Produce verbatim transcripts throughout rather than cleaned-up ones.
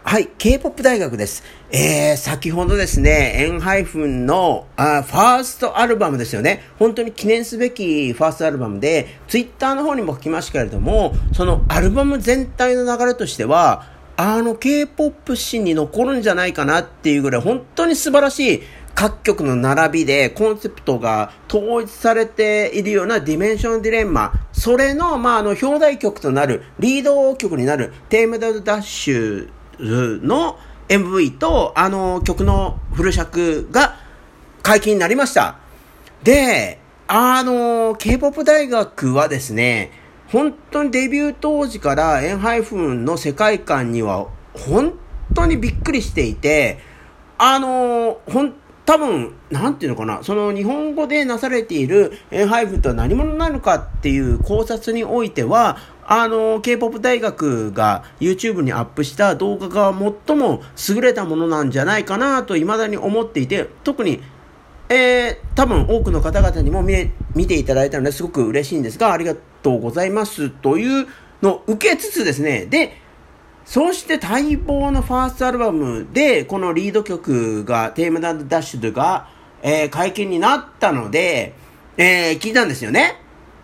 はい、K-ポップ 大学です。えー、先ほどですね、エンハイフンのあファーストアルバムですよね。本当に記念すべきファーストアルバムで、ツイッターの方にも書きましたけれども、そのアルバム全体の流れとしては、あの K-ポップ 史に残るんじゃないかなっていうぐらい、本当に素晴らしい各曲の並びでコンセプトが統一されているようなディメンションディレンマ、それの、まあ、あの表題曲となるリード曲になるテーマダルダッシュの エムブイ とあの曲のフル尺が解禁になりました。で、あの K-ポップ 大学はですね、本当にデビュー当時からエンハイフンの世界観には本当にびっくりしていて、あのほん多分なんていうのかな、その日本語でなされているエンハイフンとは何者なのかっていう考察においては、あの K-ポップ 大学が YouTube にアップした動画が最も優れたものなんじゃないかなと未だに思っていて、特に、えー、多分多くの方々にも 見, 見ていただいたのですごく嬉しいんですが、ありがとうございますというのを受けつつですね、でそして待望のファーストアルバムでこのリード曲がテーマダッシュが、えー、解禁になったので、えー、聞いたんですよね。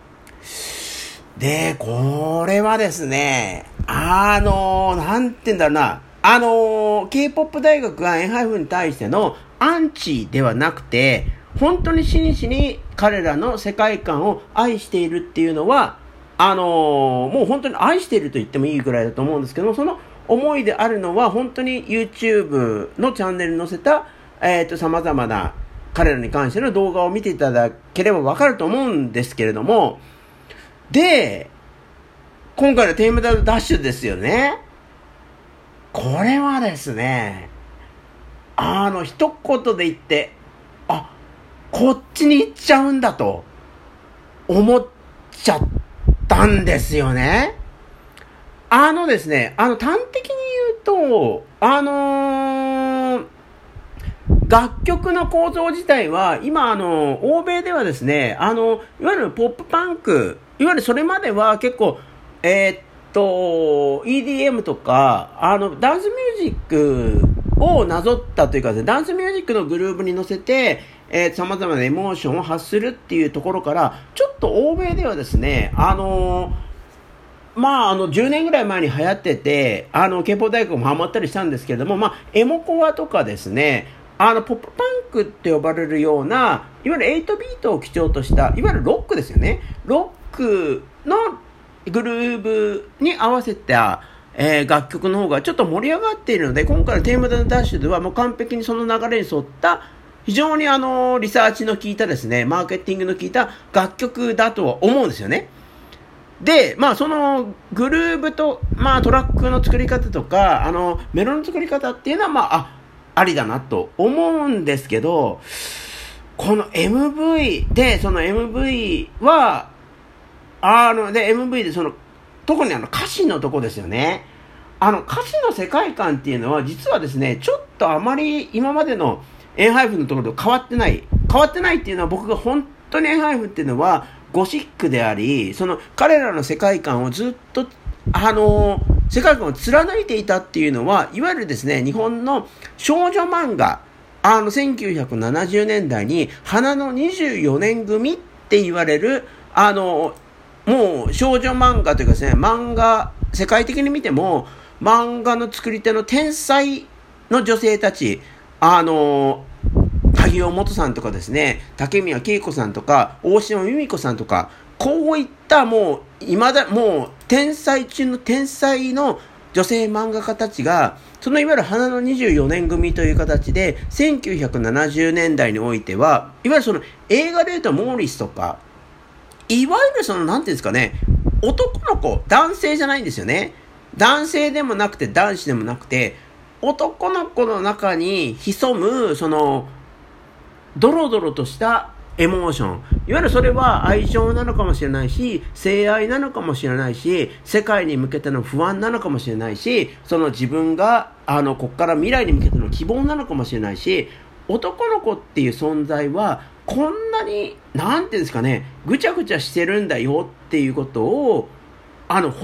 で、これはですね、あのー、なんて言うんだろうな、あのー、K-ポップ 大学がエンハイフンに対してのアンチではなくて、本当に真摯に彼らの世界観を愛しているっていうのは、あのー、もう本当に愛していると言ってもいいぐらいだと思うんですけども、その思いであるのは本当に YouTube のチャンネルに載せた、えーと、様々な彼らに関しての動画を見ていただければわかると思うんですけれども、で、今回のテーマダッシュですよね。これはですね、あの一言で言って、あ、こっちに行っちゃうんだと思っちゃったんですよね。あのですね、あの端的に言うと、あのー、楽曲の構造自体は今あの欧米ではですね、あのいわゆるポップパンク、いわゆるそれまでは結構えー、っと イーディーエム とかあのダンスミュージックをなぞったというかですね、ダンスミュージックのグルーヴに乗せて、えー、様々なエモーションを発するっていうところから、ちょっと欧米ではですね、あのー、まああのじゅうねんぐらい前に流行ってて、あの K-ポップ 大学もハマったりしたんですけれども、まあエモコアとかですね、あのポップパンクって呼ばれるような、いわゆるエイトビートを基調とした、いわゆるロックですよね。ロックのグルーブに合わせた、えー、楽曲の方がちょっと盛り上がっているので、今回のテーマダッシュではもう完璧にその流れに沿った非常にあのリサーチの効いたですね、マーケティングの効いた楽曲だとは思うんですよね。で、まあそのグルーブと、まあトラックの作り方とか、あのメロの作り方っていうのはまあ、あ、ありだなと思うんですけど、この エムブイ で、その エムブイ は、あの、で、エムブイ でその、特にあの歌詞のとこですよね。あの歌詞の世界観っていうのは、実はですね、ちょっとあまり今までのエンハイフンのところと変わってない。変わってないっていうのは、僕が本当にエンハイフンっていうのは、ゴシックであり、その彼らの世界観をずっと、あの世界観を貫いていたっていうのは、いわゆるですね、日本の少女漫画、あのせんきゅうひゃくななじゅうねんだいに花のにじゅうよねん組って言われる、あのもう少女漫画というかですね、漫画、世界的に見ても漫画の作り手の天才の女性たち、あの萩尾元さんとかですね、竹宮恵子さんとか大島美美子さんとか、こういったもう今だもう天才中の天才の女性漫画家たちが、そのいわゆる花のにじゅうよねん組という形でせんきゅうひゃくななじゅうねんだいにおいては、いわゆるその映画でいうとモーリスとか、いわゆるそのなんていうんですかね、男の子、男性じゃないんですよね。男性でもなくて男子でもなくて、男の子の中に潜むそのドロドロとしたエモーション、いわゆるそれは愛情なのかもしれないし、性愛なのかもしれないし、世界に向けての不安なのかもしれないし、その自分があのこっから未来に向けての希望なのかもしれないし、男の子っていう存在はこんなになんていうんですかね、ぐちゃぐちゃしてるんだよっていうことを、あの本当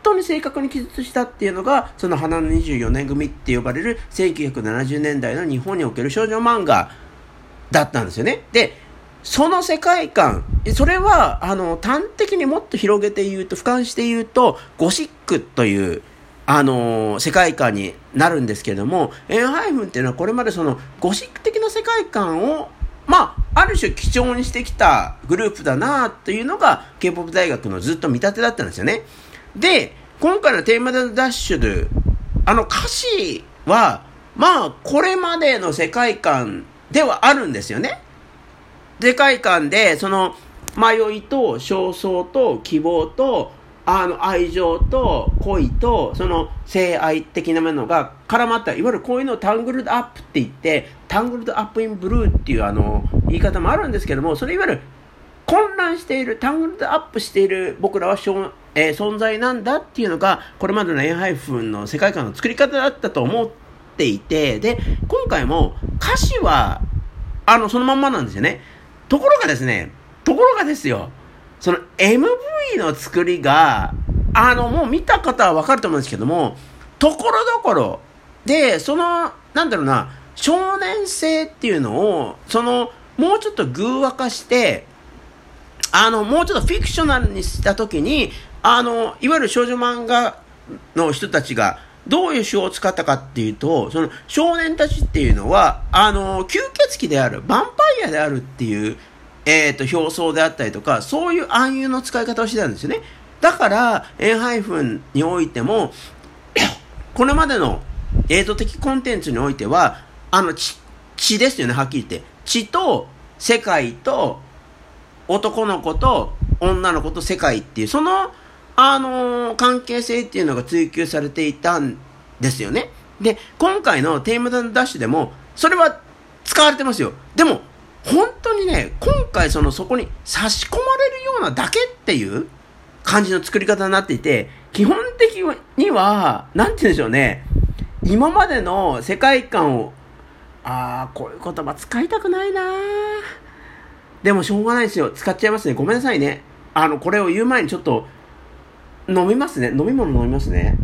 当に正確に記述したっていうのが、その花のにじゅうよねん組って呼ばれるせんきゅうひゃくななじゅうねんだいの日本における少女漫画だったんですよね。で、その世界観、それはあの端的にもっと広げて言うと、俯瞰して言うとゴシックというあの世界観になるんですけれども、エンハイフンっていうのはこれまでそのゴシック的な世界観をまあある種基調にしてきたグループだなというのが K-ポップ 大学のずっと見立てだったんですよね。で、今回のテーマダッシュであの歌詞はまあこれまでの世界観ではあるんですよね。世界観でその迷いと焦燥と希望とあの愛情と恋とその性愛的なものが絡まった、いわゆるこういうのをタングルドアップって言って、タングルドアップインブルーっていうあの言い方もあるんですけども、それいわゆる混乱している、タングルドアップしている僕らはしょ、えー、存在なんだっていうのがこれまでのエンハイフンの世界観の作り方だったと思っていて、で今回も歌詞はあのそのまんまなんですよね。ところがですね、ところがですよ、その エムブイ の作りが、あの、もう見た方はわかると思うんですけども、ところどころで、その、なんだろうな、少年性っていうのを、その、もうちょっと偶話化して、あの、もうちょっとフィクショナルにしたときに、あの、いわゆる少女漫画の人たちが、どういう手法を使ったかっていうと、その少年たちっていうのは、あの、吸血鬼である、ヴァンパイアであるっていう、えっと、表層であったりとか、そういう暗喩の使い方をしてたんですよね。だから、エンハイフンにおいても、これまでの映像的コンテンツにおいては、あの、血、血ですよね、はっきり言って。血と、世界と、男の子と、女の子と世界っていう、その、あのー、関係性っていうのが追求されていたんですよね。で、今回のテーマダッシュでもそれは使われてますよ。でも本当にね、今回そのそこに差し込まれるようなだけっていう感じの作り方になっていて、基本的にはなんて言うんでしょうね、今までの世界観を、あーこういう言葉使いたくないな、でもしょうがないですよ、使っちゃいますね。ごめんなさいね。あのこれを言う前にちょっと飲みますね。飲み物飲みますね。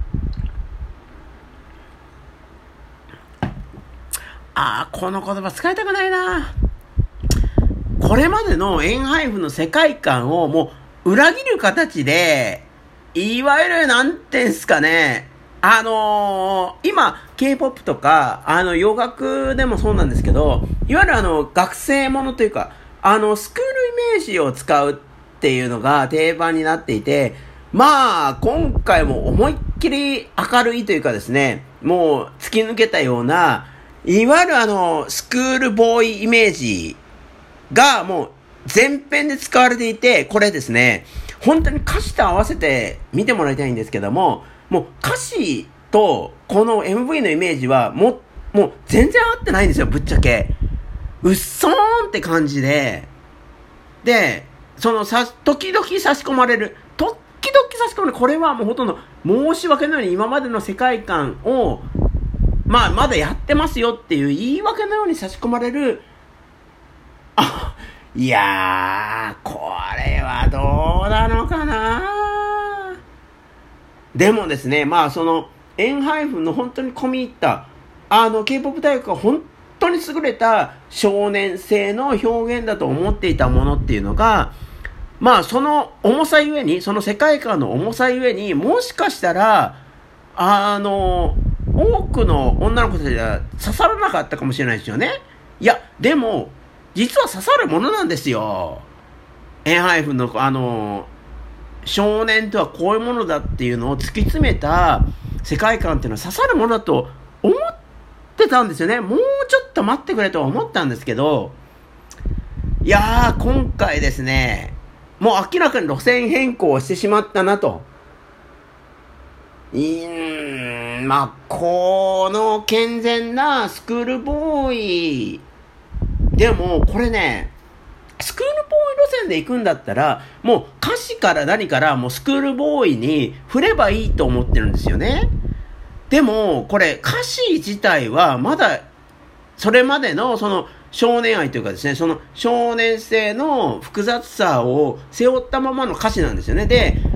ああ、この言葉使いたくないな。これまでのエンハイフの世界観をもう裏切る形で、いわゆるなんてんすかね、あのー、今 K-ポップ とかあの洋楽でもそうなんですけど、いわゆるあの学生ものというか、あのスクールイメージを使うっていうのが定番になっていて、まあ今回も思いっきり明るいというかですね、もう突き抜けたような、いわゆるあのスクールボーイイメージがもう全編で使われていて、これですね、本当に歌詞と合わせて見てもらいたいんですけども、もう歌詞とこの エムブイ のイメージはもう、もう全然合ってないんですよ、ぶっちゃけ。うっそーんって感じで、で、そのさ、時々差し込まれる、時々差し込まれる、これはもうほとんど申し訳ないように今までの世界観を、まあまだやってますよっていう言い訳のように差し込まれる、あ、いやー、これはどうなのかな。でもですね、まあそのエンハイフンの本当に込み入ったあの K-ポップ 大学が本当に優れた少年性の表現だと思っていたものっていうのが、まあその重さゆえに、その世界観の重さゆえに、もしかしたらあの多くの女の子たちは刺さらなかったかもしれないですよね。いやでも実は刺さるものなんですよ。エンハイフンのあの少年とはこういうものだっていうのを突き詰めた世界観っていうのは刺さるものだと思ってたんですよね。もうちょっと待ってくれとは思ったんですけど、いやー今回ですね、もう明らかに路線変更をしてしまったなと。うーん、まあこの健全なスクールボーイでもこれね、スクールボーイ路線で行くんだったらもう歌詞から何からもうスクールボーイに振ればいいと思ってるんですよね。でもこれ歌詞自体はまだそれまでのその少年愛というかですね、その少年性の複雑さを背負ったままの歌詞なんですよね。で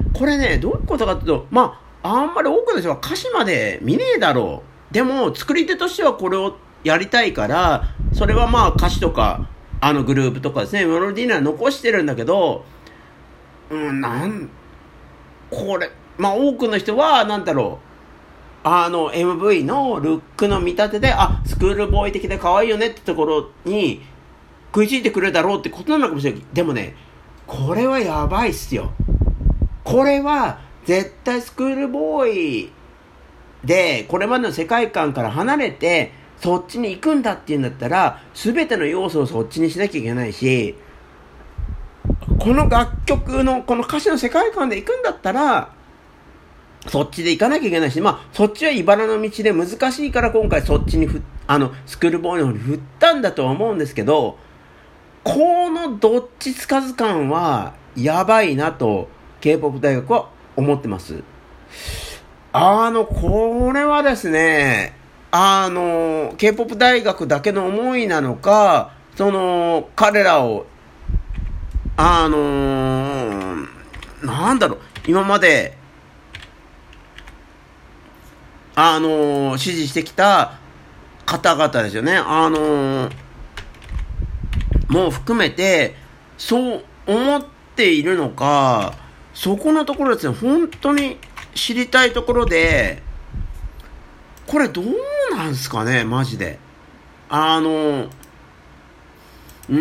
これね、どういうことかっていうと、まあ、あんまり多くの人は歌詞まで見ねえだろう。でも、作り手としてはこれをやりたいから、それはまあ歌詞とか、あのグループとかですね、メロディーには残してるんだけど、うん、なん、これ、まあ多くの人は、なんだろう、あの エムブイ のルックの見立てで、あ、スクールボーイ的で可愛いよねってところに食いついてくれるだろうってことなのかもしれない。でもね、これはやばいっすよ。これは絶対スクールボーイでこれまでの世界観から離れてそっちに行くんだっていうんだったら、全ての要素をそっちにしなきゃいけないし、この楽曲のこの歌詞の世界観で行くんだったらそっちで行かなきゃいけないし、まあそっちは茨の道で難しいから今回そっちにふあのスクールボーイの方に振ったんだとは思うんですけど、このどっちつかず感はやばいなと K-ポップ 大学は思ってます。あのこれはですね、あの K-ポップ 大学だけの思いなのか、その彼らをあのー、なんだろう、今まであのー、支持してきた方々ですよね、あのー、もう含めてそう思っているのか、そこのところですね、本当に知りたいところで、これどうなんすかね、マジで。あのう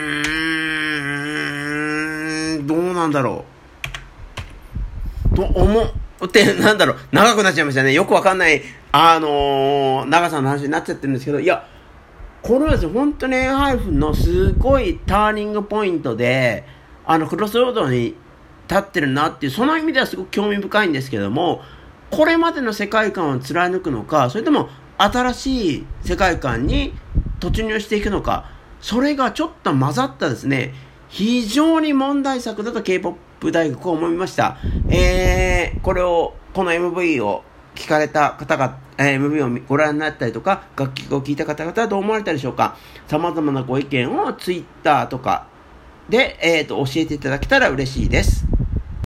ーんどうなんだろうと思ってなんだろう長くなっちゃいましたね。よくわかんないあのー、長さの話になっちゃってるんですけど、いやこれはですね、本当に エンハイフン のすごいターニングポイントで、あのクロスロードに立ってるなっていう、その意味ではすごく興味深いんですけども、これまでの世界観を貫くのか、それとも新しい世界観に突入していくのか、それがちょっと混ざったですね、非常に問題作だと K-ポップ 大学を思いました。えー、これをこの エムブイ を聞かれた方が、えー、エムブイ をご覧になったりとか楽曲を聴いた方々はどう思われたでしょうか。様々なご意見を Twitter とかで、えーと、教えていただけたら嬉しいです。